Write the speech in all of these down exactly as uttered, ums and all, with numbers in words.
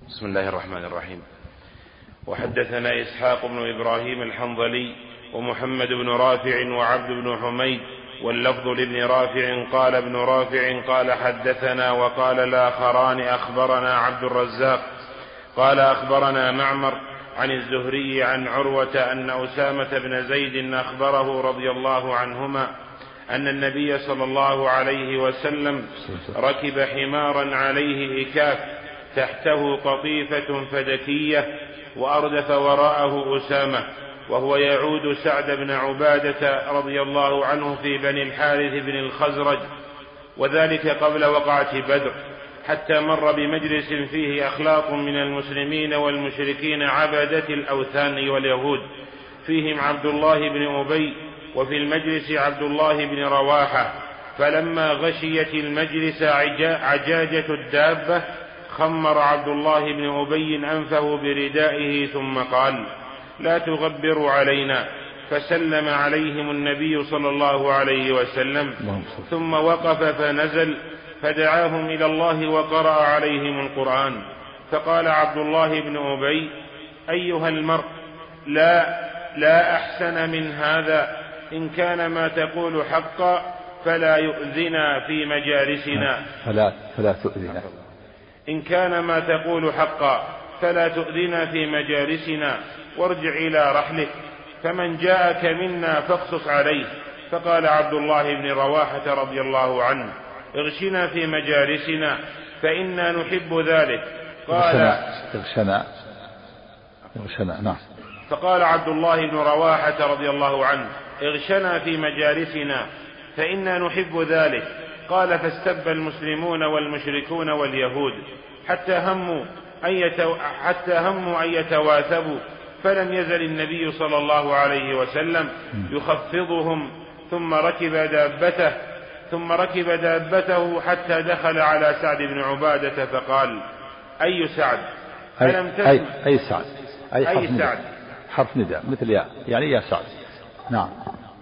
بسم الله الرحمن الرحيم. وحدثنا إسحاق بن إبراهيم الحنظلي ومحمد بن رافع وعبد بن حميد واللفظ لابن رافع قال ابن رافع قال حدثنا وقال الآخران أخبرنا عبد الرزاق قال أخبرنا معمر عن الزهري عن عروة أن أسامة بن زيد أخبره رضي الله عنهما أن النبي صلى الله عليه وسلم ركب حمارا عليه إكاف تحته قطيفة فدكية وأردف وراءه أسامة وهو يعود سعد بن عبادة رضي الله عنه في بني الحارث بن الخزرج، وذلك قبل وقعة بدر، حتى مر بمجلس فيه أخلاق من المسلمين والمشركين عبدة الأوثان واليهود، فيهم عبد الله بن أبي، وفي المجلس عبد الله بن رواحة. فلما غشيت المجلس عجاجة الدابة خمر عبد الله بن أبي أنفه بردائه ثم قال: لا تغبروا علينا. فسلم عليهم النبي صلى الله عليه وسلم، ثم وقف فنزل فدعاهم إلى الله وقرأ عليهم القرآن. فقال عبد الله بن أبي: أيها المرء، لا لا أحسن من هذا، إن كان ما تقول حقا فلا يؤذنا في مجالسنا فلا, فلا تؤذنا إن كان ما تقول حقا فلا تؤذنا في مجالسنا، وارجع إلى رحلك، فمن جاءك منا فاقصص عليه. فقال عبد الله بن رواحة رضي الله عنه: اغشنا في مجالسنا فإنا نحب ذلك. قال اغشنا اغشنا نعم. فقال عبد الله بن رواحة رضي الله عنه: اغشنا في مجالسنا فإنا نحب ذلك. قال: فاستب المسلمون والمشركون واليهود حتى هموا أن يتو... حتى هموا أن يتواثبوا، فلم يزل النبي صلى الله عليه وسلم يخفضهم، ثم ركب دابته ثم ركب دابته حتى دخل على سعد بن عبادة فقال: أي سعد ألم تسمع؟ أي, أي سعد أي, أي سعد حرف نداء مثل يا يعني يا سعد. نعم.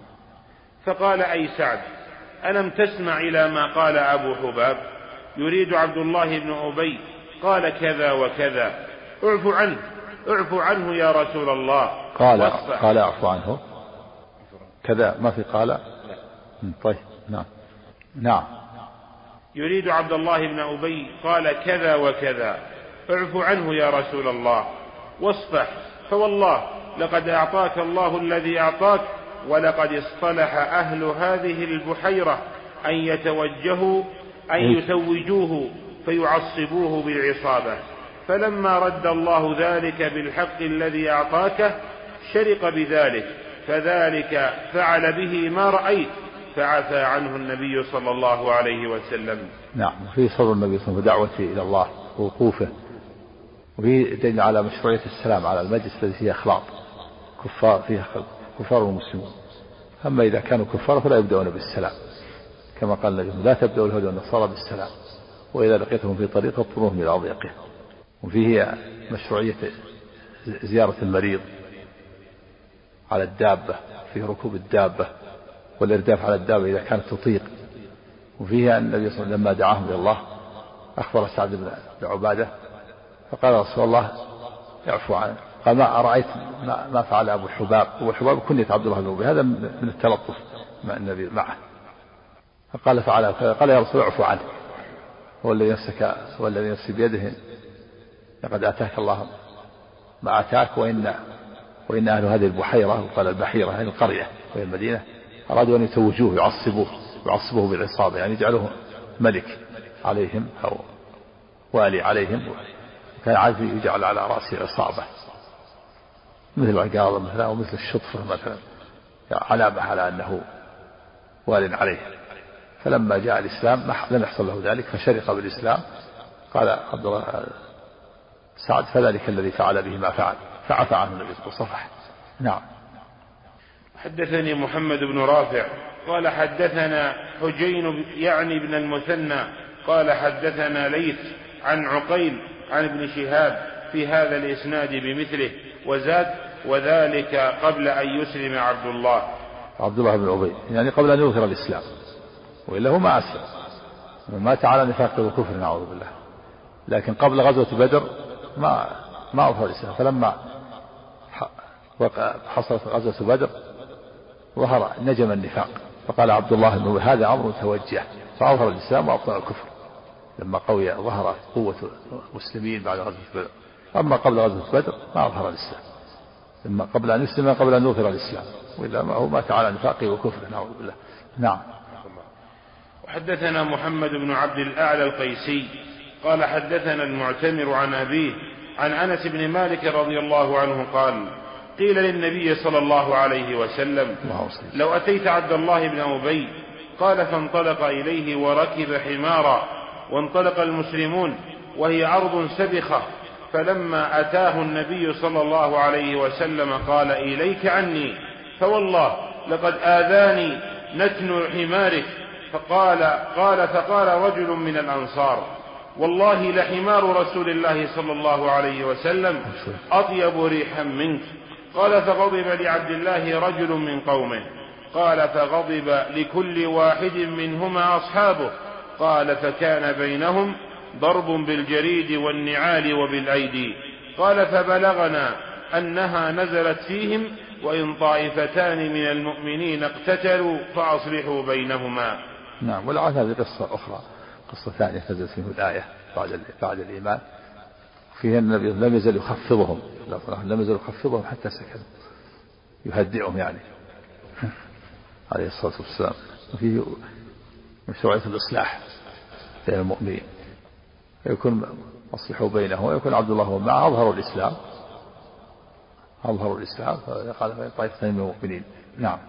فقال: أي سعد ألم تسمع إلى ما قال أبو حباب؟ يريد عبد الله بن أبي. قال: كذا وكذا. اعف عنه اعف عنه يا رسول الله. قال قال اعفو عنه كذا، ما في قال. طيب نعم نعم. يريد عبد الله بن أبي قال: كذا وكذا، اعف عنه يا رسول الله واصفح، فوالله لقد أعطاك الله الذي أعطاك، ولقد اصطلح أهل هذه البحيرة أن يتوجهوا أن يتوجوه فيعصبوه بالعصابة، فلما رد الله ذلك بالحق الذي أعطاك شرق بذلك، فذلك فعل به ما رأيت، فعفى عنه النبي صلى الله عليه وسلم. نعم. وفي صبر النبي صلى الله عليه وسلم ودعوته إلى الله ووقوفه، وفي دليل على مشروعية السلام على المجلس الذي فيه أخلاق كفار فيها كفار ومسلمون. أما إذا كانوا كفار فلا يبدأون بالسلام، كما قال النبي: لا تبدأوا اليهود والنصارى بالسلام، وإذا لقيتهم في طريق فاضطروهم إلى أضيقه. وفيه مشروعية زيارة المريض على الدابة، فيه ركوب الدابة والإرداف على الدابة إذا كانت تطيق. وفيه أن النبي صلى الله عليه وسلم لما دعاهم إلى الله أخبر سعد بن عبادة فقال: رسول الله اعفو عنه. قال: ما أرأيت ما, ما فعل أبو حباب. أبو حباب كنية عبد الله بن أبي، هذا من التلطف مع النبي معه. فقال: فعل. قال: يا رسول الله اعفو عنه، هو الذي نفسك هو الذي نفسي بيده، لقد آتاك الله ما آتاك، وإن وإن أهل هذه البحيرة، وقال البحيرة يعني القرية وهي المدينة، أرادوا أن يتوجوه يعصبوه يعصبوه بالعصابة، يعني يجعله ملك عليهم أو والي عليهم، وكان عايز يجعل على رأسه عصابة مثل العقاضة مثلا، أو مثل الشطفة مثلا، يعني علامة على أنه وال عليه. فلما جاء الإسلام لم يحصل له ذلك، فشرق بالإسلام. قال عبد الله سعد: فذلك الذي فعل به ما فعل، فعفى عنه النبي صلى الله عليه وسلم. نعم. حدثني محمد بن رافع قال حدثنا حجين يعني بن المثنى قال حدثنا ليث عن عقيل عن ابن شهاب في هذا الإسناد بمثله، وزاد: وذلك قبل أن يسلم عبد الله عبد الله بن أبي، يعني قبل أن يظهر الإسلام، وإلا هو ما أسلم، مات على نفاق وكفر نعوذ بالله. لكن قبل غزوة بدر ما ما أظهر الإسلام. فلما حصلت غزوة بدر ظهر نجم النفاق، فقال عبد الله أنه هذا أمر توجه، فأظهر الإسلام وأبطل الكفر لما قوي ظهرت قوة المسلمين بعد غزوة بدر. أما قبل غزوة بدر ما أظهر الإسلام، إما قبل أن يسلم قبل أن يظهر الإسلام، وإلا ما هو مات على نفاقه وكفره نعوذ بالله. نعم. وحدثنا محمد بن عبد الأعلى القيسي قال حدثنا المعتمر عن أبيه عن أنس بن مالك رضي الله عنه قال قيل للنبي صلى الله عليه وسلم لو أتيت عبد الله بن أبي، قال فانطلق إليه وركب حمارا، وانطلق المسلمون وهي أرض سبخة، فلما أتاه النبي صلى الله عليه وسلم قال إليك عني، فوالله لقد آذاني نتن حمارك. فقال قال فقال رجل من الأنصار والله لحمار رسول الله صلى الله عليه وسلم أطيب ريحا منك. قال فغضب لعبد الله رجل من قومه، قال فغضب لكل واحد منهما أصحابه. قال فكان بينهم ضرب بالجريد والنعال وبالأيدي. قال فبلغنا أنها نزلت فيهم وإن طائفتان من المؤمنين اقتتلوا فأصلحوا بينهما. نعم. ولعل هذه قصة أخرى، قصة ثانية نزلت فيه الآية بعد بعد الإيمان، فيها النبي لم يزل يخفضهم لم يزل يخفضهم حتى سكن، يهدئهم يعني عليه الصلاة والسلام. وفيه مشروعية الإصلاح بين المؤمنين، يكون أصلحوا بينهم، ويكون عبد الله معه أظهروا الإسلام أظهروا الإسلام فقال طائفتين من المؤمنين. نعم.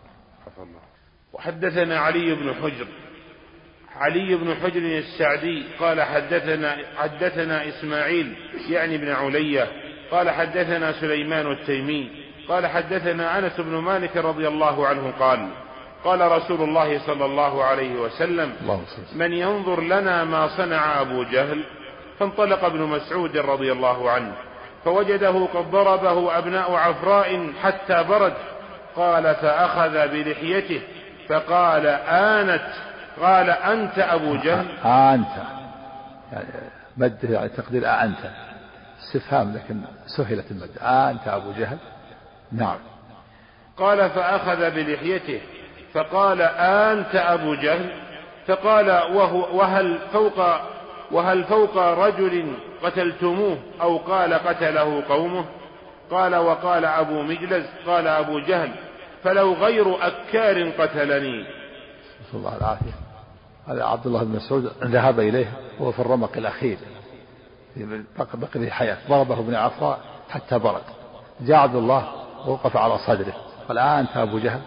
وحدثنا علي بن حجر علي بن حجر السعدي قال حدثنا حدثنا إسماعيل يعني بن علية قال حدثنا سليمان التيمي قال حدثنا أنس بن مالك رضي الله عنه قال قال رسول الله صلى الله عليه وسلم من ينظر لنا ما صنع أبو جهل. فانطلق ابن مسعود رضي الله عنه فوجده قد ضربه أبناء عفراء حتى برد. قال فأخذ بلحيته فقال آنت قال أنت أبو جهل. أنت يعني مد يعني تقدير أنت استفهام لكن سهلت المد. أنت أبو جهل. نعم. قال فأخذ بلحيته فقال أنت أبو جهل. فقال وهو وهل فوق وهل فوق رجل قتلتموه أو قال قتله قومه؟ قال وقال أبو مجلز قال أبو جهل فلو غير أكار قتلني. نسأل الله العافية. هذا عبد الله بن مسعود ذهب إليه وهو في الرمق الأخير في بقي حياة، ضربه ابن عفراء حتى برد. جاء عبد الله ووقف على صدره قال أنت أبو جهل.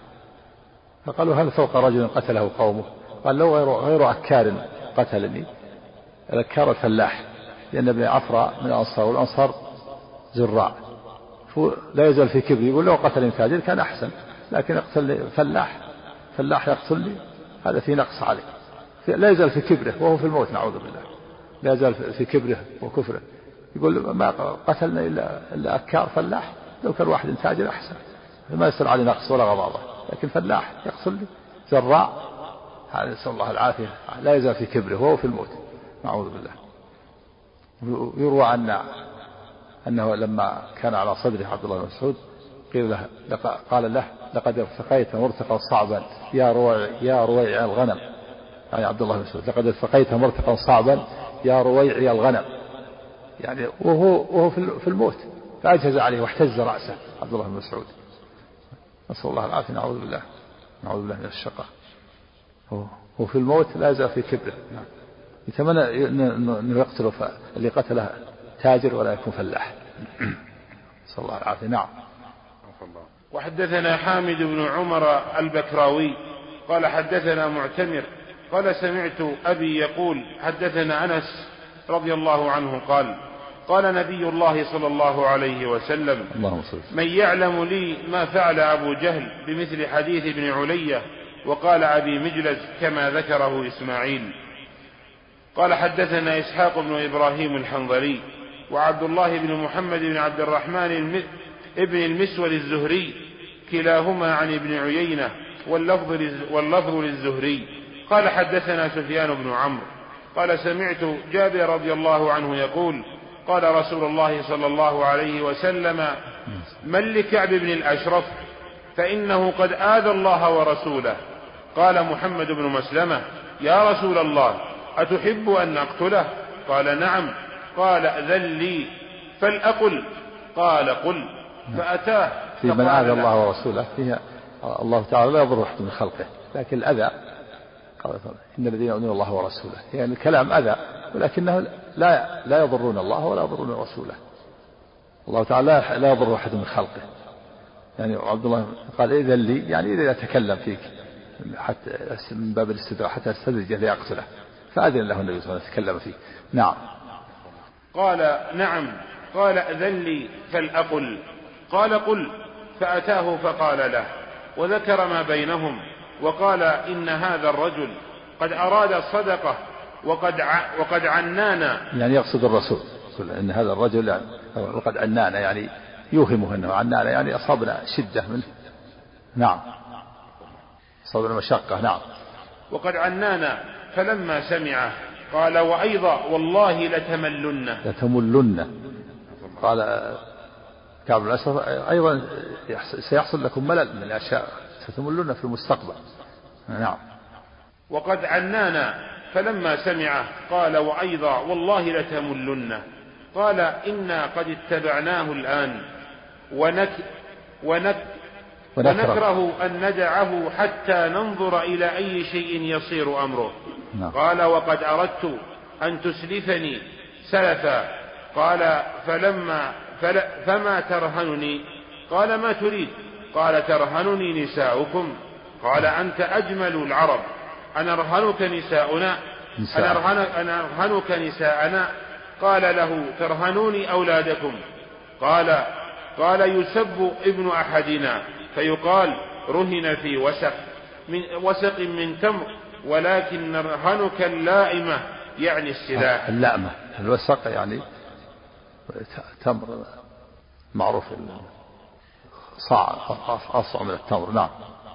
فقالوا هل فوق رجل قتله قومه؟ قال لو غير, غير أكار قتلني. الأكار الفلاح، لأن ابن عفراء من الأنصار، والأنصار زراع، لا يزال في كبر، يقول لو قتل تاجر كان أحسن، لكن يقتل فلاح فلاح يقتل هذا في نقص عليه. لا يزال في كبره وهو في الموت نعوذ بالله، لا يزال في كبره وكفره، يقول ما قتلنا إلا, إلا أكار فلاح، لو كان واحد تاجر أحسن، ما يصير عليه نقص ولا غضاضة، لكن فلاح يقتل زراع، هذا نسأل الله العافية، لا يزال في كبره وهو في الموت نعوذ بالله. يروى عن أنه لما كان على صدره عبد الله بن مسعود قيل له قال له لقد ارتقيت مرتقا صعبا يا رويع يا رويع الغنم، يعني عبد الله بن مسعود لقد ارتقيت مرتقا صعبا يا رويع الغنم، يعني وهو وهو في الموت، فأجهز عليه واحتز رأسه عبد الله بن مسعود، نسأل الله العافية نعوذ بالله نعوذ بالله من الشقاء، هو في الموت لا يزال في كبره. نعم. يتمنى أنه يقتله اللي قتله تاجر ولا يكون فلاح. صلى الله العافية. نعم. وحدثنا حامد بن عمر البكراوي قال حدثنا معتمر قال سمعت أبي يقول حدثنا أنس رضي الله عنه قال قال نبي الله صلى الله عليه وسلم من يعلم لي ما فعل أبو جهل بمثل حديث ابن علية وقال أبي مجلز كما ذكره إسماعيل. قال حدثنا إسحاق بن إبراهيم الحنظلي وعبد الله بن محمد بن عبد الرحمن ابن المسور الزهري كلاهما عن ابن عيينة واللفظ, واللفظ للزهري قال حدثنا سفيان بن عمرو قال سمعت جابر رضي الله عنه يقول قال رسول الله صلى الله عليه وسلم: من لكعب بن الأشرف فإنه قد آذى الله ورسوله. قال محمد بن مسلمة: يا رسول الله أتحب أن أقتله؟ قال: نعم. قال: أذن لي فلأقل. قال: قل. فأتاه في من آذى الله ورسوله فيها الله تعالى لا يضر أحد من خلقه، لكن الأذى قال إن الذين يؤذون الله ورسوله، يعني الكلام أذى ولكنه لا لا يضرون الله ولا يضرون رسوله. الله تعالى لا يضر أحد من خلقه. يعني عبد الله قال: إذا لي، يعني إذا تكلم فيك حتى من باب الاستدراء حتى يستدرجه ليقتله، فأذن له النبي صلى الله عليه وسلم يتكلم فيه. نعم. قال: نعم. قال: أذن لي فلأقل. قال: قل. فأتاه فقال له وذكر ما بينهم، وقال: إن هذا الرجل قد أراد الصدقة وقد ع... وقد عنانا، يعني يقصد الرسول إن هذا الرجل يعني وقد عنانا، يعني يوهمه أنه عنانا، يعني أصابنا شدة منه. نعم، أصابنا مشقة. نعم. وقد عنانا. فلما سمعه قال: وأيضا والله لتملن لتملن. قال كعب بن الأشرف: أيضا سيحصل لكم ملل من الأشياء، ستملن في المستقبل. نعم. وقد عنانا. فلما سمعه قال: وأيضا والله لتملن. قال: إنا قد اتبعناه الآن ونك ونك ونكره أن ندعه حتى ننظر إلى أي شيء يصير أمره. نعم. قال: وقد أردت أن تسلفني سلفا. قال: فلما فل فما ترهنني؟ قال: ما تريد؟ قال: ترهنني نساؤكم. قال: أنت أجمل العرب، أنا أرهنك نساؤنا أنا أرهنك, أنا أرهنك نساءنا. قال له: ترهنوني أولادكم. قال قال: يسب ابن أحدنا فيقال: رهن في وسق من وسق من تمر، ولكن نرهنك اللائمة، يعني السلاح. اللائمة الوسق يعني تمر معروف، صاع أصع من التمر. نعم.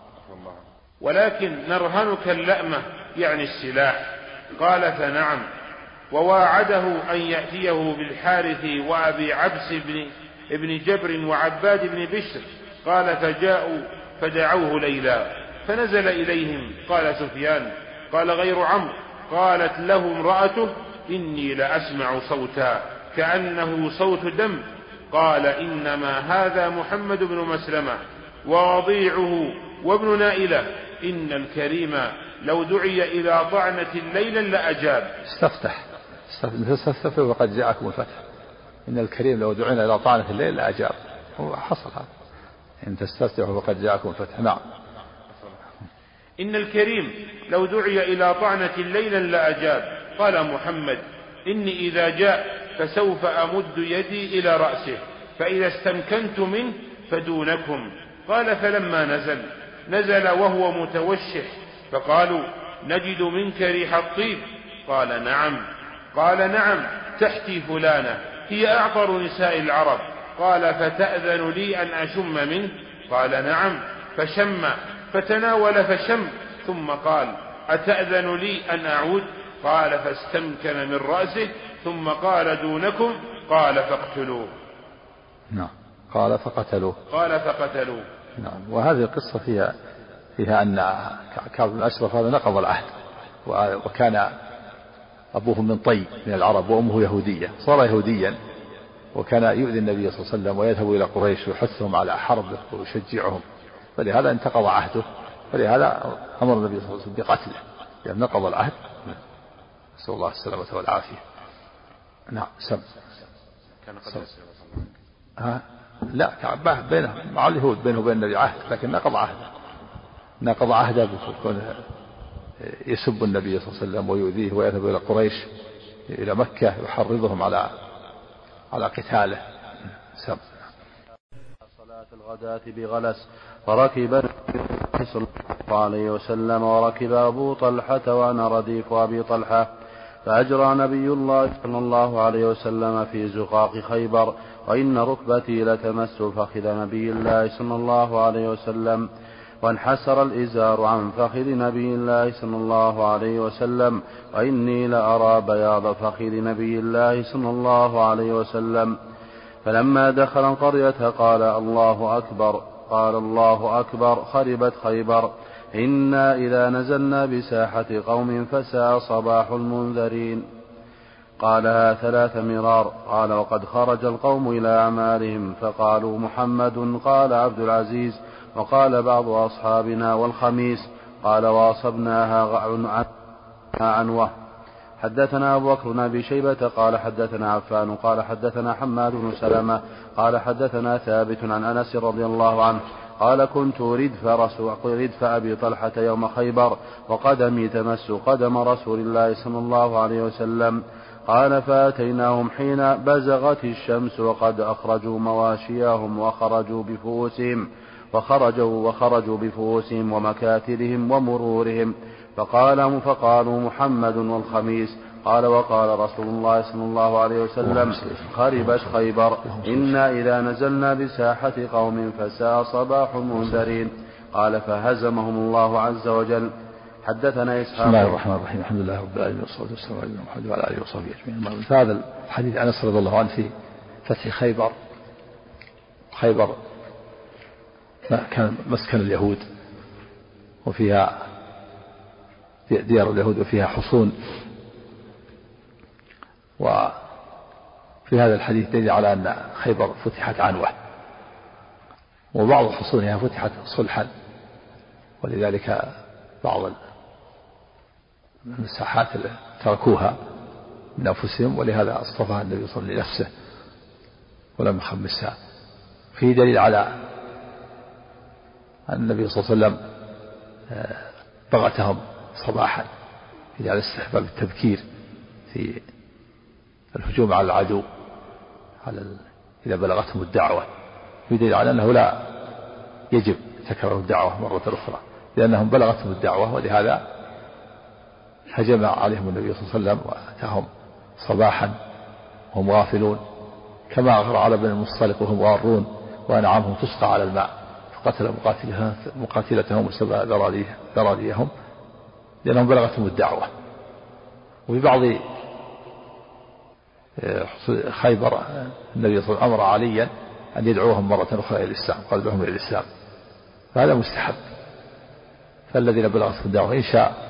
ولكن نرهنك اللأمة، يعني السلاح. قال: فنعم. وواعده أن يأتيه بالحارث وأبي عبس بن, ابن جبر وعباد بن بشر. قال: فجاءوا فدعوه ليلا فنزل إليهم. قال سفيان: قال غير عمرو: قالت له امرأته: إني لأسمع صوتا كأنه صوت دم. قال: إنما هذا محمد بن مسلمة ووضيعه وابن نائلة. إن الكريم لو دعي إلى طعنة ليلا لأجاب. استفتح استفتح وقد جاءكم الفتح. إن الكريم لو دعينا إلى طعنة الليل لأجاب. هو حصل هذا، إن تستفتحوا فقد جاءكم الفتح. نعم. إن الكريم لو دعي إلى طعنة ليلا لأجاب. قال محمد: إني إذا جاء فسوف أمد يدي إلى رأسه، فإذا استمكنت منه فدونكم. قال: فلما نزل نزل وهو متوشح، فقالوا: نجد منك ريح الطيب. قال: نعم. قال: نعم، تحتي فلانة هي أعطر نساء العرب. قال: فتأذن لي أن أشم منه؟ قال: نعم. فشم فتناول فشم، ثم قال: أتأذن لي أن أعود؟ قال: فاستمكن من رأسه، ثم قال: دونكم. قال: فاقتلوه. نعم. قال: فقتلوه. قال: فقتلوه. نعم. وهذه القصة فيها فيها أن كعب بن الأشرف هذا نقض العهد، وكان أبوه من طي من العرب وأمه يهودية، صار يهوديا، وكان يؤذي النبي صلى الله عليه وسلم ويذهب إلى قريش ويحثهم على حربه ويشجعهم، فلهذا انتقض عهده، فلهذا أمر النبي صلى الله عليه وسلم بقتله، لأن نقض العهد. نسأل الله السلامة والعافية. نعم. سم كان قد ها لا كعباه بينه مع اليهود، بينه وبين النبي عهد، لكن نقض عهده نقض عهده بكون يسب النبي صلى الله عليه وسلم ويؤذيه ويذهب إلى قريش إلى مكة يحرضهم على على قتاله. سب صلاة الغداة بغلس، فركب صلى الله عليه وسلم وركب أبو طلحة وأنا رديف أبي طلحة، فأجرى نبي الله صلى الله عليه وسلم في زقاق خيبر، وإن ركبتي لتمس فخذ نبي الله صلى الله عليه وسلم، وانحسر الإزار عن فخذ نبي الله صلى الله عليه وسلم، وإني لأرى بياض فخذ نبي الله صلى الله عليه وسلم. فلما دخل القرية قال الله أكبر، قال الله أكبر خربت خيبر، إنا إذا نزلنا بساحة قوم فساء صباح المنذرين. قالها ثلاث مرار. قال وقد خرج القوم إلى أعمالهم فقالوا محمد. قال عبد العزيز وقال بعض أصحابنا والخميس. قال واصبناها عنوة. حدثنا أبو بكر بن أبي شيبة قال حدثنا عفان قال حدثنا حماد بن سلمة قال حدثنا ثابت عن أنس رضي الله عنه قال كنت ردف, رسول ردف أبي طلحة يوم خيبر وقدمي تمس قدم رسول الله صلى الله عليه وسلم. قال فأتيناهم حين بزغت الشمس وقد أخرجوا مواشيهم وخرجوا بفؤوسهم وخرجوا وخرجوا بفؤوسهم ومكاتلهم ومرورهم، فقال فقالوا محمد والخميس. قال وقال رسول الله صلى الله عليه وسلم خربت خيبر، إنا إذا نزلنا بساحة قوم فساء صباح المنذرين. قال فهزمهم الله عز وجل. حدثنا إسحاق. بسم الله الرحمن الرحيم، الحمد لله رب العالمين والصلاة والسلام على محمد وعلى آله وصحبه أجمعين. هذا الحديث أنس رضي الله عنه في فتح خيبر. خيبر كان مسكن اليهود وفيها ديار اليهود وفيها حصون، وفي هذا الحديث دليل على أن خيبر فتحت عنوة، وبعض حصونها فتحت صلحا، ولذلك بعض المساحات تركوها من أنفسهم، ولهذا اصطفاها النبي صلى الله عليه وسلم لنفسه ولم يخمسها. فيه دليل على أن النبي صلى الله عليه وسلم بغتهم صباحا في على استحباب التبكير في الهجوم على العدو على ال... إذا بلغتهم الدعوة. في دليل على أنه لا يجب تكرار الدعوة مرة أخرى لأنهم بلغتهم الدعوة، ولهذا هجم عليهم النبي صلى الله عليه وسلم وأتاهم صباحا وهم غافلون، كما أغر على بني المصطلق وهم غارون وأنعامهم تسقى على الماء، فقتل مقاتلتهم وسبى ذراريهم لأنهم بلغتهم الدعوة. وفي بعض خيبر النبي صلى الله عليه وسلم أمر عليا أن يدعوهم مرة أخرى إلى الإسلام، قال لهم إلى الإسلام، فهذا مستحب. فالذين بلغتهم الدعوة إن شاء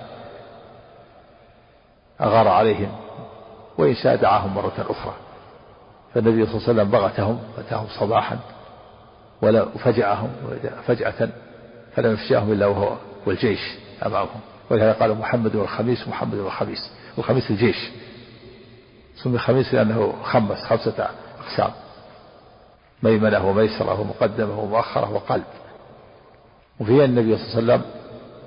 أغار عليهم وإن شاء دعاهم مرة أخرى. فالنبي صلى الله عليه وسلم بغتهم فأتاهم صباحا وفجأهم فجأة فلم يفجأهم إلا وهو والجيش أمامهم، ولهذا قالوا محمد والخميس، محمد والخميس، والخميس الجيش سمي خميس لأنه خمس خمسة أقسام: ميمنة وميسرة ومقدمة ومؤخرة وقلب. وفي النبي صلى الله عليه وسلم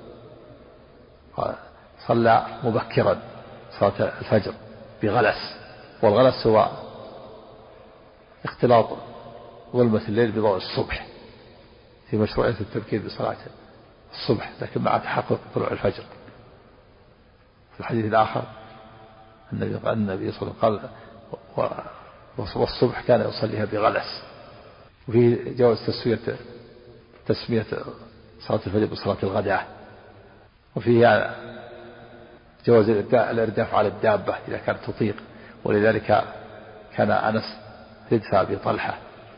صلى مبكرا صلاة الفجر بغلس، والغلس هو اختلاط ظلمة الليل بضوء الصبح، في مشروعية التبكير بصلاة الصبح لكن مع تحقق طلوع الفجر. في الحديث الآخر النبي قال النبي صلى الله عليه وسلم قال والصبح كان يصليها بغلس. وفي جواز تسوية تسمية صلاة الفجر بصلاة الغداء، وفيها جواز الإرداف على الدابة إذا كانت تطيق، ولذلك كان أنس ردف أبي طلحة.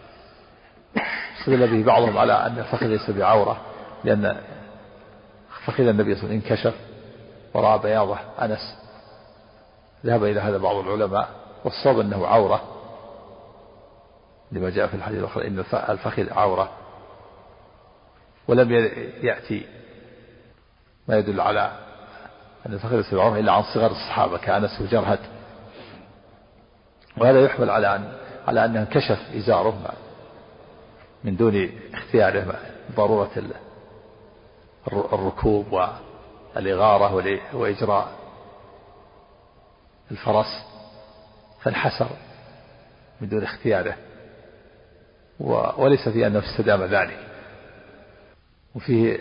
استدل به بعضهم على أن الفخذ ليس بعورة، لأن فخذ النبي صلى الله عليه وسلم انكشف ورأى بياضه أنس. ذهب إلى هذا بعض العلماء، والصواب أنه عورة لما جاء في الحديث الآخر إن الفخذ عورة، ولم يأتي ما يدل على أن الفخذ ليس بعورة إلا عن صغر الصحابة كأنس وجرهد. وهذا يحمل على أن على أنه انكشف إزاره من دون اختياره، ضرورة الركوب والإغارة وإجراء الفرس، فانحسر من دون اختياره، وليس في أنه استدام ذلك. وفيه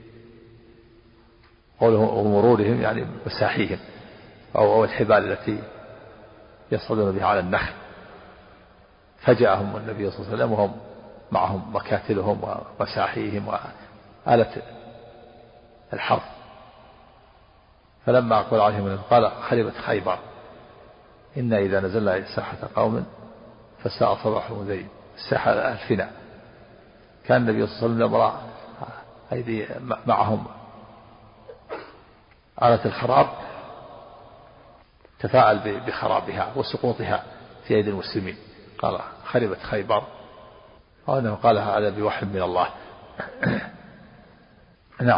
قوله ومرورهم يعني مساحيهم أو الحبال التي يصعدون بها على النخل. فجاءهم النبي صلى الله عليه وسلم وهم معهم مكاتلهم ومساحيهم آلة الحرث. فلما أقبل عليهم قال خربت خيبر إنا إذا نزلنا إلى ساحة قوم فساء صباح المنذرين. الساحة الفناء. كان النبي صلى الله عليه وسلم أيدي معهم آلة الخراب تفاعل بخرابها وسقوطها في أيدي المسلمين. قال خربت خيبر، وأنه قالها هذا بوحي من الله. نعم.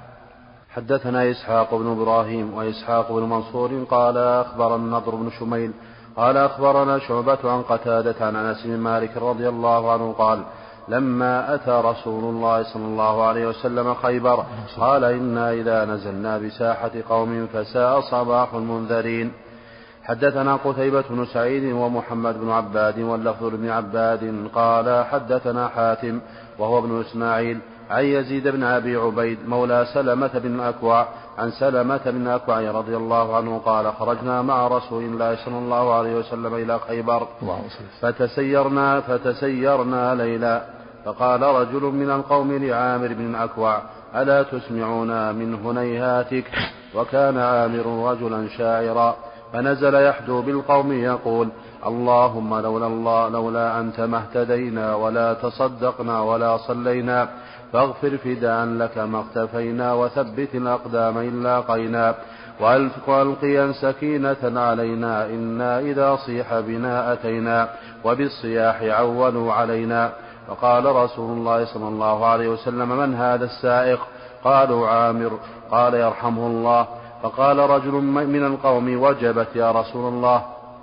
حدثنا إسحاق بن إبراهيم وإسحاق بن منصور قال أخبرنا النضر بن شميل قال أخبرنا شعبة عن قتادة عن أنس بن مالك رضي الله عنه قال لما أتى رسول الله صلى الله عليه وسلم خيبر قال إنا إذا نزلنا بساحة قوم فساء صباح المنذرين. حدثنا قتيبة بن سعيد ومحمد بن عباد واللفظ بن عباد قال حدثنا حاتم وهو ابن إسماعيل عن يزيد بن أبي عبيد مولى سلمة بن أكوع عن سلمة بن أكوع رضي الله عنه قال خرجنا مع رسول الله صلى الله عليه وسلم إلى خيبر فتسيرنا فتسيرنا ليلا فقال رجل من القوم لعامر بن أكوع ألا تسمعنا من هنيهاتك؟ وكان عامر رجلا شاعرا فنزل يحدو بالقوم يقول اللهم لولا الله لولا أنت ما اهتدينا ولا تصدقنا ولا صلينا فاغفر فداء لك ما اختفينا وثبت الأقدام إن لاقينا وألقيا سكينة علينا إنا إذا صيح بنا أتينا وبالصياح عولوا علينا. فقال رسول الله صلى الله عليه وسلم من هذا السائق؟ قالوا عامر. قال يرحمه الله. فقال رجل من القوم وجبت يا رسول الله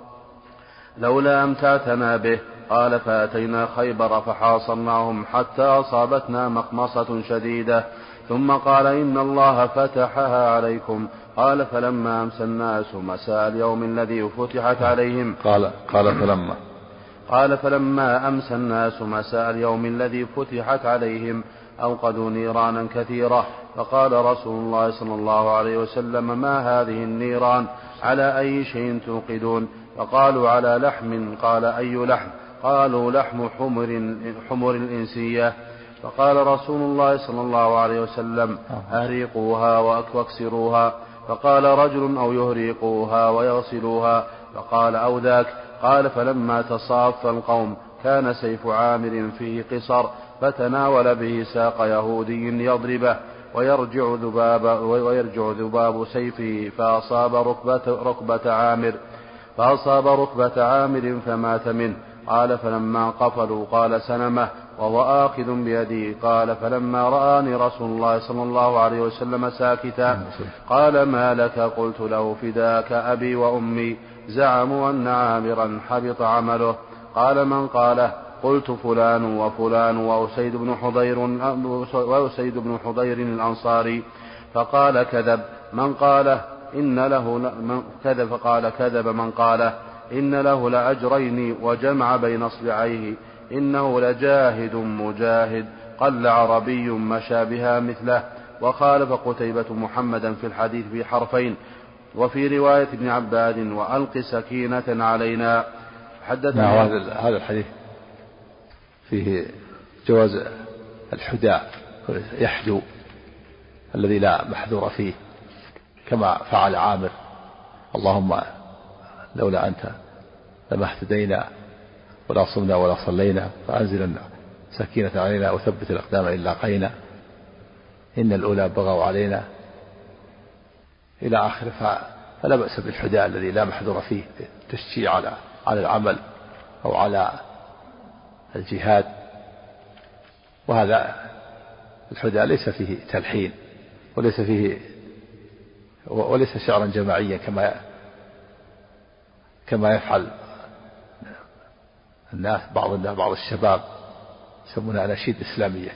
لولا أمتعتنا به. قال فأتينا خيبر فحاصرناهم حتى أصابتنا مخمصة شديدة ثم قال إن الله فتحها عليكم. قال فلما أمسى الناس مساء اليوم الذي فتحت عليهم قال قال فلما قال فلما أمسى الناس مساء اليوم الذي فتحت عليهم أوقدوا نيرانا كثيرة. فقال رسول الله صلى الله عليه وسلم ما هذه النيران؟ على أي شيء توقدون؟ فقالوا على لحم. قال أي لحم؟ قالوا لحم حمر, حمر الإنسية. فقال رسول الله صلى الله عليه وسلم أهريقوها واكسروها. فقال رجل أو يهريقوها ويغسلوها. فقال أو ذاك. قال فلما تصاف القوم كان سيف عامر فيه قصر فتناول به ساق يهودي يضربه ويرجع ذباب, ويرجع ذباب سيفه فأصاب ركبة, ركبة عامر فأصاب ركبة عامر فمات منه. قال فلما قفلوا قال سنمه وهو آخذ بيدي. قال فلما رآني رسول الله صلى الله عليه وسلم ساكتا قال ما لك؟ قلت له فداك أبي وأمي زعموا أن عامرا حبط عمله. قال من قاله؟ قلت فلان وفلان وأسيد بن حضير وأسيد بن حضير الأنصاري. فقال كذب من قاله إن له من كذب فقال كذب من قاله إن له لأجرين وجمع بين أصبعيه إنه لجاهد مجاهد قل عربي مشى بها مثله. وخالف قتيبة محمدا في الحديث في حرفين وفي رواية ابن عباد وألق سكينة علينا. حدثنا هذا الحديث فيه جواز الحداء يحدو الذي لا محذور فيه كما فعل عامر اللهم لولا أنت لما اهتدينا ولا صمنا ولا صلينا فأنزلنا سكينة علينا وثبت الأقدام إن لاقينا إن الأولى بغوا علينا إلى آخره. فلا بأس بالحداء الذي لا محذور فيه تشجيع على على العمل أو على الجهاد. وهذا الحداء ليس فيه تلحين وليس فيه وليس شعرا جماعيا كما كما يفعل الناس بعض الناس بعض الشباب يسمونها أناشيد إسلامية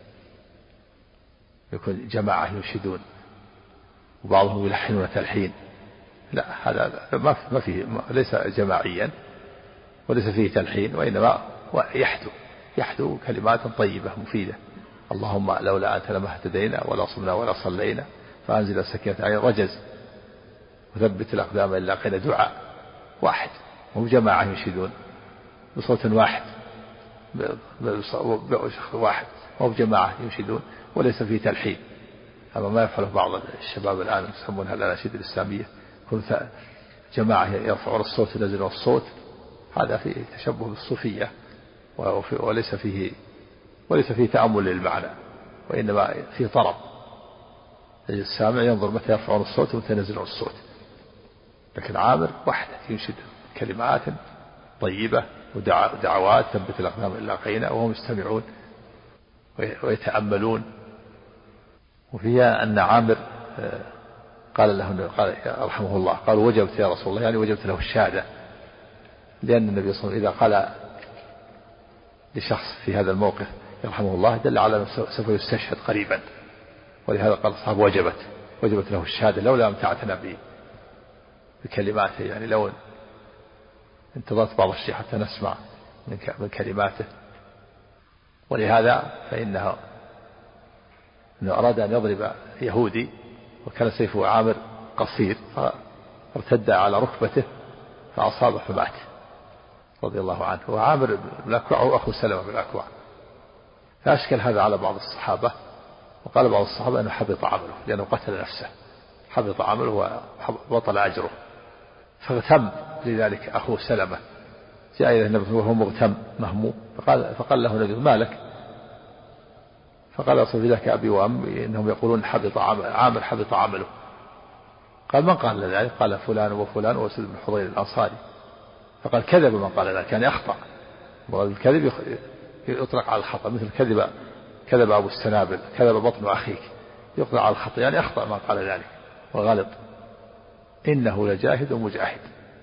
يكون جماعة ينشدون وبعضهم يلحنون تلحين. لا هذا ما فيه ليس جماعيا وليس فيه تلحين وإنما يحدو يحدو كلمات طيبة مفيدة اللهم لولا أنت لما اهتدينا ولا صمنا ولا صلينا فأنزل السكينة علينا رجز وثبت الأقدام إن لاقينا دعاء واحد وهم جماعة ينشدون بصوت واحد بشخص واحد أو بجماعة ينشدون وليس فيه تلحين. أما ما يفعله بعض الشباب الآن يسمونها الأناشيد الإسلامية، كل جماعة يرفعون الصوت ينزلون الصوت، هذا فيه تشبه بالصوفية وليس فيه وليس فيه تأمل للمعنى، وإنما فيه طرب. السامع ينظر متى يرفعون الصوت ومتى ينزلون الصوت. لكن عامر وحده ينشد كلمات طيبة ودعوات ثبت الأقدام إلا قينا وهم يستمعون ويتأملون. وفيها أن عامر قال له قال رحمه الله قال وجبت يا رسول الله، يعني وجبت له الشهادة، لأن النبي صلى الله عليه وسلم إذا قال لشخص في هذا الموقف يرحمه الله دل على أنه سوف يستشهد قريبا، ولهذا قال الصحابة وجبت وجبت له الشهادة لولا أمتعتنا به بكلماته، يعني لو انتظرت بعض الشيء حتى نسمع من كلماته. ولهذا فإنه إنه أراد أن يضرب يهودي وكان سيفه عامر قصير فارتد على ركبته فأصابه فمات رضي الله عنه. وعامر بن الأكوع هو أخو سلمة بن الأكوع، فأشكل هذا على بعض الصحابة، وقال بعض الصحابة أنه حبط عمله لأنه قتل نفسه، حبط عمله وبطل أجره. فاغتم لذلك أخوه سلمة، جاء إلى النبي وهو مغتم مهموم، فقال, فقال له النبي ما لك؟ فقال أصل لك أبي وأمي إنهم يقولون حبط عامر حبط عمله. قال من قال ذلك؟ قال فلان وفلان وأسد بن حضير الأنصاري. فقال كذب من قال ذلك، يعني أخطأ. والكذب يطلق على الخطأ، مثل كذب كذب أبو السنابل كذب بطن أخيك، يطلق على الخطأ يعني أخطأ من قال ذلك وغلط. إنه لجاهد ومجاهد،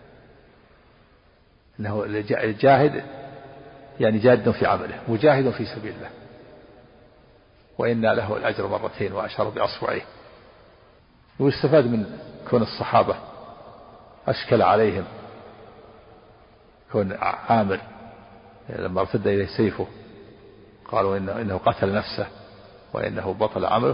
إنه جاهد يعني جاد في عمله، مجاهد في سبيل الله، وإن له الأجر مرتين وأشار بأصبعيه. ويستفاد من كون الصحابة أشكل عليهم كون عامر لما ارتد إليه سيفه قالوا إنه, إنه قتل نفسه وإنه بطل عمله،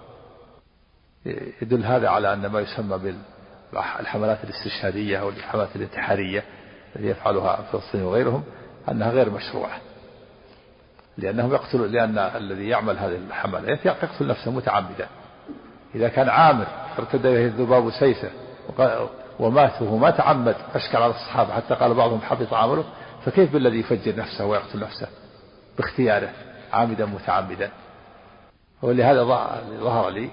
يدل هذا على أن ما يسمى بالحملات الاستشهادية أو الحملات الانتحارية التي يفعلها فلسطين وغيرهم أنها غير مشروعة، لأنهم يقتلون، لأن الذي يعمل هذه الحملات يقتل نفسه متعمدا. إذا كان عامر ارتد إليه الذباب سيفه ومات وهو ما تعمد أشكل على الصحابة حتى قال بعضهم حبط عمله، فكيف بالذي يفجر نفسه ويقتل نفسه باختياره عامدا متعمدا؟ ولهذا ظهر لي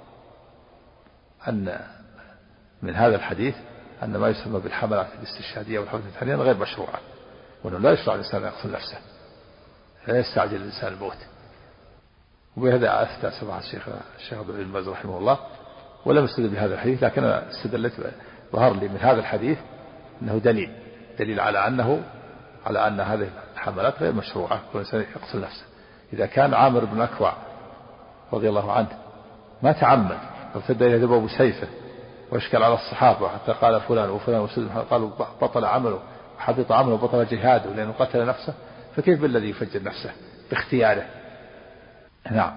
أن من هذا الحديث أن ما يسمى بالحملات الاستشهادية والحملات الانتحارية غير مشروعة، وأنه لا يشرع الإنسان أن يقتل نفسه، لا يستعجل الإنسان الموت. وبهذا أفتى سماحة الشيخ الشيخ عبد العزيز باز رحمه الله، ولم استدل بهذا الحديث، لكن أنا استدلت ظهر لي من هذا الحديث أنه دليل دليل على أنه على أن هذه الحملات غير مشروعة والإنسان يقتل نفسه. إذا كان عامر بن أكوع رضي الله عنه ما تعمد ارتد إليه ذباب سيفه واشكل على الصحابة حتى قال فلان وفلان وسلم قالوا بطل عمله وحبط عمله وبطل جهاده لأنه قتل نفسه، فكيف بالذي يفجر نفسه باختياره؟ نعم،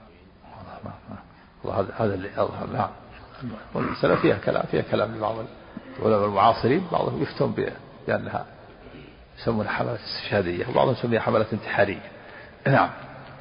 وهذا هذا اللي أظهر. نعم، والمسألة فيها كلام فيها كلام لبعض العلماء المعاصرين، بعضهم يفتون بأنها يسمونها حملات استشهادية وبعضهم يسمونها حملات انتحارية. نعم.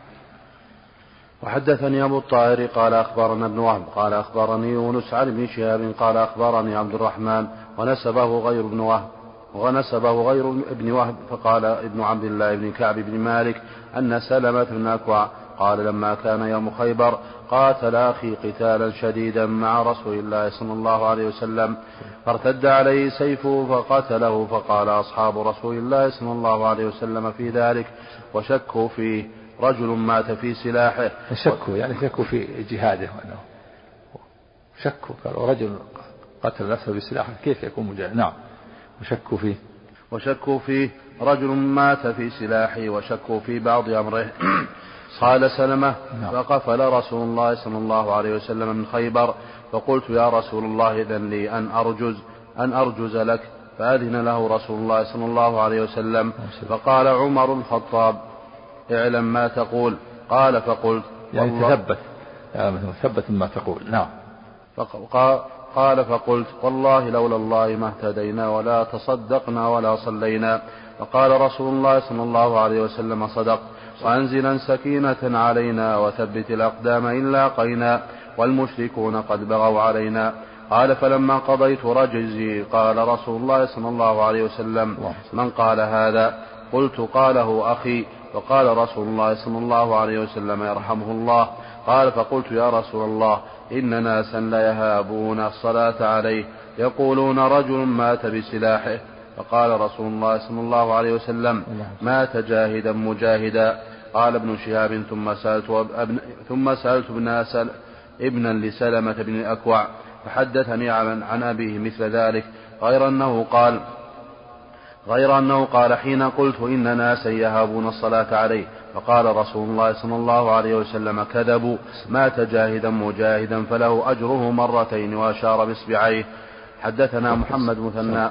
وحدثني أبو الطاهر قال أخبرنا ابن وهب قال أخبرني يونس عن ابن شهاب قال أخبرني عبد الرحمن ونسبه غير ابن وهب ونسبه غير ابن وهب فقال ابن عبد الله بن كعب بن مالك أن سلمة بن أكوع قال لما كان يوم خيبر قاتل أخي قتالا شديدا مع رسول الله صلى الله عليه وسلم فارتد عليه سيفه فقتله، فقال أصحاب رسول الله صلى الله عليه وسلم في ذلك وشكوا فيه رجل مات في سلاحه. شكوا يعني شكوا في جهاده وأنه شكوا قالوا رجل قتل نفسه بسلاحه كيف يكون مجاهد؟ نعم. وشكوا فيه وشكوا فيه رجل مات في سلاحه وشكوا في بعض أمره. قال سلمة فقفل رسول الله صلى الله عليه وسلم من خيبر فقلت يا رسول الله إذن لي أن أرجز أن أرجز لك، فأذن له رسول الله صلى الله عليه وسلم فقال عمر الخطاب اعلم ما تقول. قال فقلت يعني تثبت يعني ثبت ما تقول. نعم. قال فقلت والله لولا الله ما اهتدينا ولا تصدقنا ولا صلينا. فقال رسول الله صلى الله عليه وسلم صدق، وأنزلا سكينة علينا وثبت الأقدام إن لاقينا والمشركون قد بغوا علينا. قال فلما قضيت رجزي قال رسول الله صلى الله عليه وسلم من قال هذا؟ قلت قاله أخي. فقال رسول الله صلى الله عليه وسلم يرحمه الله. قال فقلت يا رسول الله إن ناسا لا يهابون الصلاة عليه يقولون رجل مات بسلاحه. فقال رسول الله صلى الله عليه وسلم مات جاهدا مجاهدا. قال ابن شهاب ثم سألت, وابن ثم سألت ابن سل ابنا لسلمة بن الأكوع فحدثني عن, عن أبيه مثل ذلك غير أنه قال غير أنه قال حين قلت إن ناسا يهابون الصلاة عليه فقال رسول الله صلى الله عليه وسلم كذبوا مات جاهدا مجاهدا فله أجره مرتين وأشار بإصبعيه. حدثنا محمد مثنى.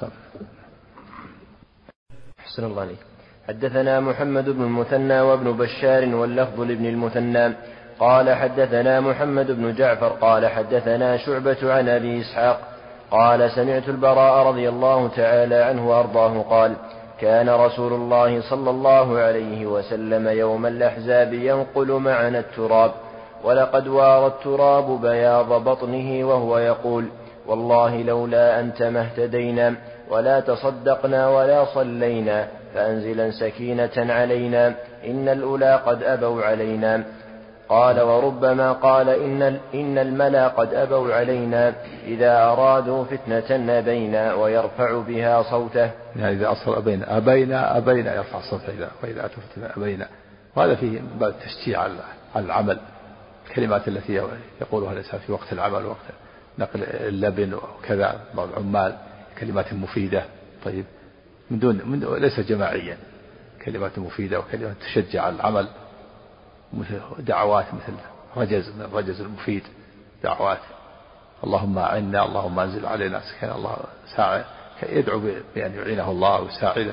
أحسن الله عليك. حدثنا محمد بن المثنى وابن بشار واللفظ لابن المثنى قال حدثنا محمد بن جعفر قال حدثنا شعبة عن أبي إسحاق قال سمعت البراء رضي الله تعالى عنه وأرضاه قال كان رسول الله صلى الله عليه وسلم يوم الأحزاب ينقل معنا التراب ولقد وارى التراب بياض بطنه وهو يقول والله لولا أنت ما اهتدينا ولا تصدقنا ولا صلينا فأنزلا سكينة علينا إن الأولى قد أبوا علينا. قال وربما قال إن, إن الملا قد أبوا علينا إذا أرادوا فتنة أبينا ويرفع بها صوته. يعني إذا أصل أبينا أبينا أبينا يرفع صوته وإذا أتوا فتنة أبينا. وهذا فيه باب التشجيع على العمل الكلمات التي يقولها الإنسان في وقت العمل وقت نقل اللبن وكذا بعض العمال كلمات مفيدة. طيب من دون, من دون ليس جماعيا كلمات مفيدة وكلمات تشجع على العمل مثل دعوات مثل رجز من الرجز المفيد دعوات اللهم أعنا اللهم أنزل علينا سكينة الله ساعة يدعو بأن يعينه الله ويساعده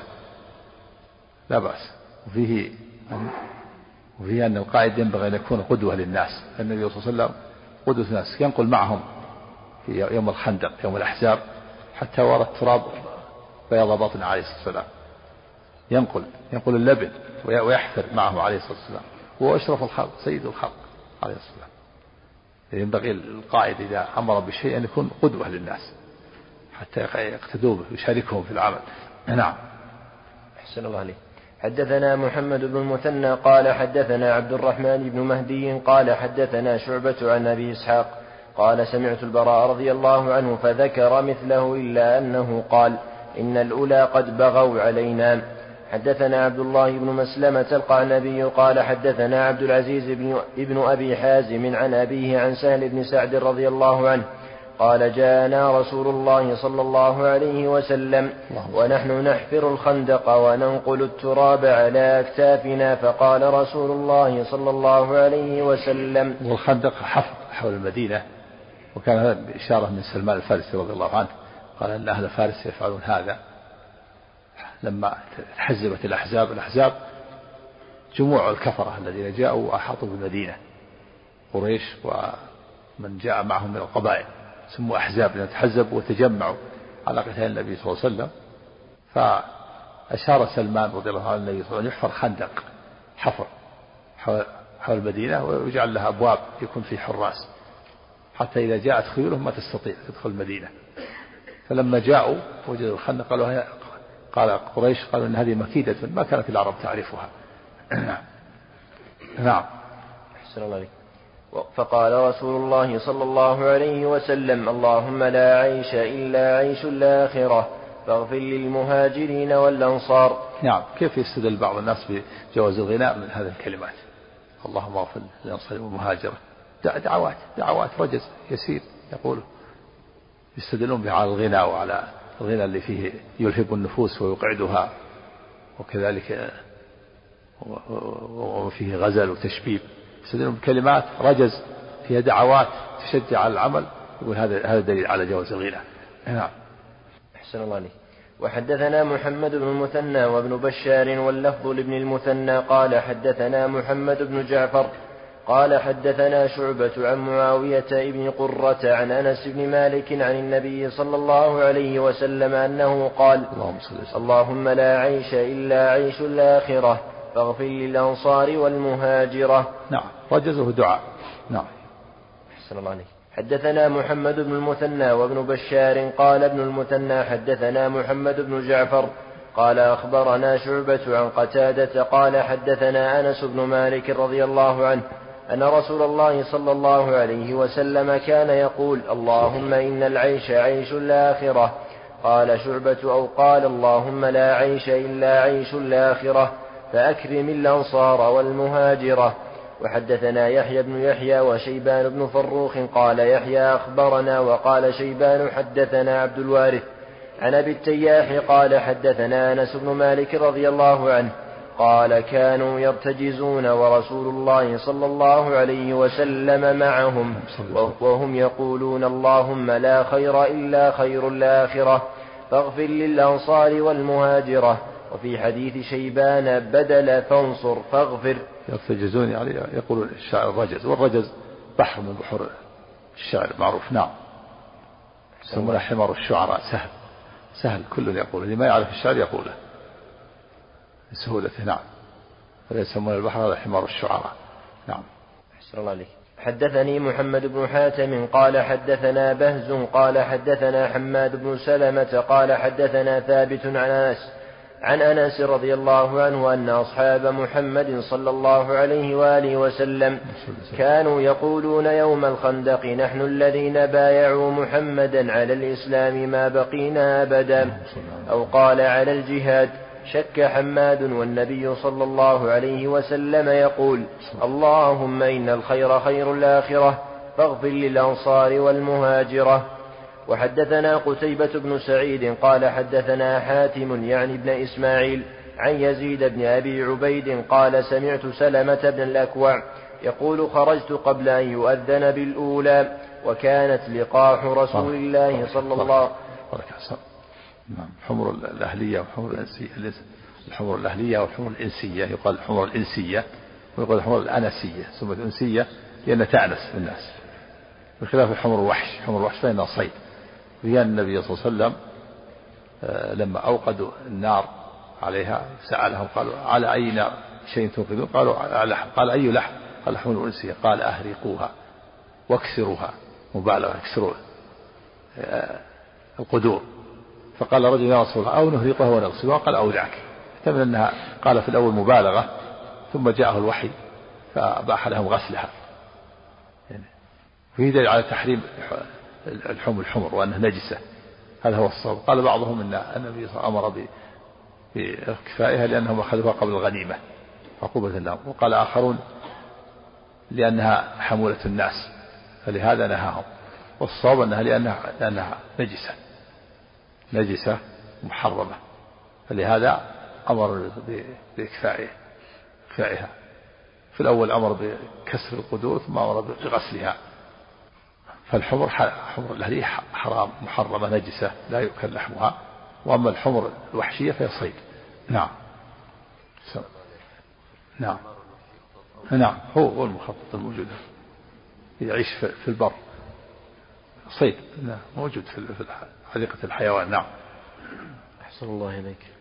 لا بأس. وفيه أن وفيه أن القائد ينبغي أن يكون قدوة للناس. النبي صلى الله عليه وسلم قدوة الناس ينقل معهم في يوم الخندق يوم الأحزاب حتى ورى التراب بياض بطن عليه الصلاة والسلام ينقل ينقل اللبن ويحفر معه عليه الصلاة والسلام هو أشرف الخلق سيد الخلق عليه الصلاة والسلام. ينبغي القائد إذا أمر بشيء أن يكون قدوة للناس حتى يقتدوا به ويشاركهم في العمل. نعم. أحسن الله عليه. حدثنا محمد بن المثنى قال حدثنا عبد الرحمن بن مهدي قال حدثنا شعبة عن أبي إسحاق قال سمعت البراء رضي الله عنه فذكر مثله إلا أنه قال إن الأولى قد بغوا علينا. حدثنا عبد الله بن مسلمة القعنبي قال حدثنا عبد العزيز بن ابن أبي حازم عن أبيه عن سهل بن سعد رضي الله عنه قال جاءنا رسول الله صلى الله عليه وسلم ونحن نحفر الخندق وننقل التراب على أكتافنا فقال رسول الله صلى الله عليه وسلم. والخندق حفر حول المدينة وكان هذا بإشارة من سلمان الفارسي رضي الله عنه قال أن أهل فارس يفعلون هذا لما حزبت الأحزاب الأحزاب جموع الكفرة الذين جاءوا وأحاطوا بالمدينة قريش ومن جاء معهم من القبائل سموا أحزاب لأن تحزبوا وتجمعوا على قتال النبي صلى الله عليه وسلم. فأشار سلمان رضي الله عنه النبي صلى الله عليه وسلم يحفر خندق حفر حول المدينة ويجعل لها أبواب يكون في حراس حتى إذا جاءت خيولهم ما تستطيع تدخل المدينة. فلما جاءوا وجدوا الخندق قالوا قال قريش قالوا إن هذه مكيدة ما كانت العرب تعرفها. نعم. أحسن الله عليك. فقال رسول الله صلى الله عليه وسلم اللهم لا عيش إلا عيش الآخرة فاغفر للمهاجرين والأنصار. نعم. كيف يستدل بعض الناس بجواز الغناء من هذه الكلمات اللهم اغفر للأنصار والمهاجرة دعوات دعوات رجز يسير يقوله يستدلون بها على الغناء وعلى الغنى اللي فيه يلهب النفوس ويقعدها وكذلك وفيه غزل وتشبيب يستدلون بكلمات رجز فيها دعوات تشجع على العمل يقول هذا هذا دليل على جواز الغنى. نعم. أحسن الله عليك. وحدثنا محمد بن المثنى وابن بشار واللفظ لابن المثنى قال حدثنا محمد بن جعفر قال حدثنا شعبة عن معاوية بن قرة عن أنس بن مالك عن النبي صلى الله عليه وسلم أنه قال اللهم لا عيش إلا عيش الآخرة فاغفر للأنصار والمهاجرة. نعم. رجزه دعاء. نعم. أحسن الله عليك. حدثنا محمد بن المثنى وابن بشار قال ابن المثنى حدثنا محمد بن جعفر قال أخبرنا شعبة عن قتادة قال حدثنا أنس بن مالك رضي الله عنه أن رسول الله صلى الله عليه وسلم كان يقول اللهم إن العيش عيش الآخرة. قال شعبة أو قال اللهم لا عيش إلا عيش الآخرة فأكرم الأنصار والمهاجرة. وحدثنا يحيى بن يحيى وشيبان بن فروخ قال يحيى أخبرنا وقال شيبان حدثنا عبد الوارث عن أبي التياح قال حدثنا أنس بن مالك رضي الله عنه قال كانوا يرتجزون ورسول الله صلى الله عليه وسلم معهم وهم يقولون اللهم لا خير إلا خير الآخرة فاغفر للأنصار والمهاجرة. وفي حديث شيبان بدل فانصر فاغفر. يرتجزون يعني يقول الشاعر الرجز، والرجز بحر من بحور الشعر معروف. نعم. يسمونه حمار الشعراء، سهل سهل كل يقول، اللي ما يعرف الشعر يقوله بسهولته. نعم. فيسمون البحر هذا حمار الشعراء. نعم. أحسن الله عليك. حدثني محمد بن حاتم قال حدثنا بهز قال حدثنا حماد بن سلمة قال حدثنا ثابت عن أنس عن أنس رضي الله عنه أن أصحاب محمد صلى الله عليه وآله وسلم كانوا يقولون يوم الخندق نحن الذين بايعوا محمدا على الإسلام ما بقينا أبدا، أو قال على الجهاد. شك حماد والنبي صلى الله عليه وسلم يقول اللهم إن الخير خير الآخرة فاغفر للأنصار والمهاجرة. وحدثنا قتيبة بن سعيد قال حدثنا حاتم يعني ابن إسماعيل عن يزيد بن أبي عبيد قال سمعت سلمة بن الأكوع يقول خرجت قبل أن يؤذن بالأولى وكانت لقاح رسول الله صلى الله عليه وسلم. نعم. حمر الأهلية وحمر الإنسية. الحمر الأهلية والحمر الإنسية يقال الحمر الإنسية ويقال الحمر الأنسية، ثم الإنسية لأن تأنس بالناس، بخلاف الحمر الوحش. حمر الوحش فإنها صيد. وكان النبي صلى الله عليه وسلم لما أوقدوا النار عليها سألهم قالوا على أي نار شيء توقدون؟ قالوا على لحم. قال أي لحم؟ قال لحم الأنسية. قال أهرقوها واكسروها، مبالغة، اكسروا القدور. فقال رجل يا رسول الله أو نهرقها ونغسلها؟ قال أودعك. احتمل أنها قال في الأول مبالغة ثم جاءه الوحي فأباح لهم غسلها. يعني في دليل على تحريم الحمر الحمر وأنها نجسة، هذا هو الصواب. قال بعضهم أن النبي صلى الله عليه وسلم أمر بإخفائها لأنهم أخذوها قبل الغنيمة عقوبة لهم، وقال آخرون لأنها حمولة الناس فلهذا نهاهم، والصواب أنها لأنها, لأنها نجسة نجسة محرمة فلهذا أمر بإكفائها. في الأول أمر بكسر القدور ثم أمر بغسلها. فالحمر حمر الأهلية حرام محرمة نجسة لا يؤكل لحمها، وأما الحمر الوحشية فهي صيد. نعم. نعم. نعم. هو هو المخطط الموجود يعيش في البر صيد. نعم. موجود في حديقة الحيوان. نعم. أحسن الله إليك.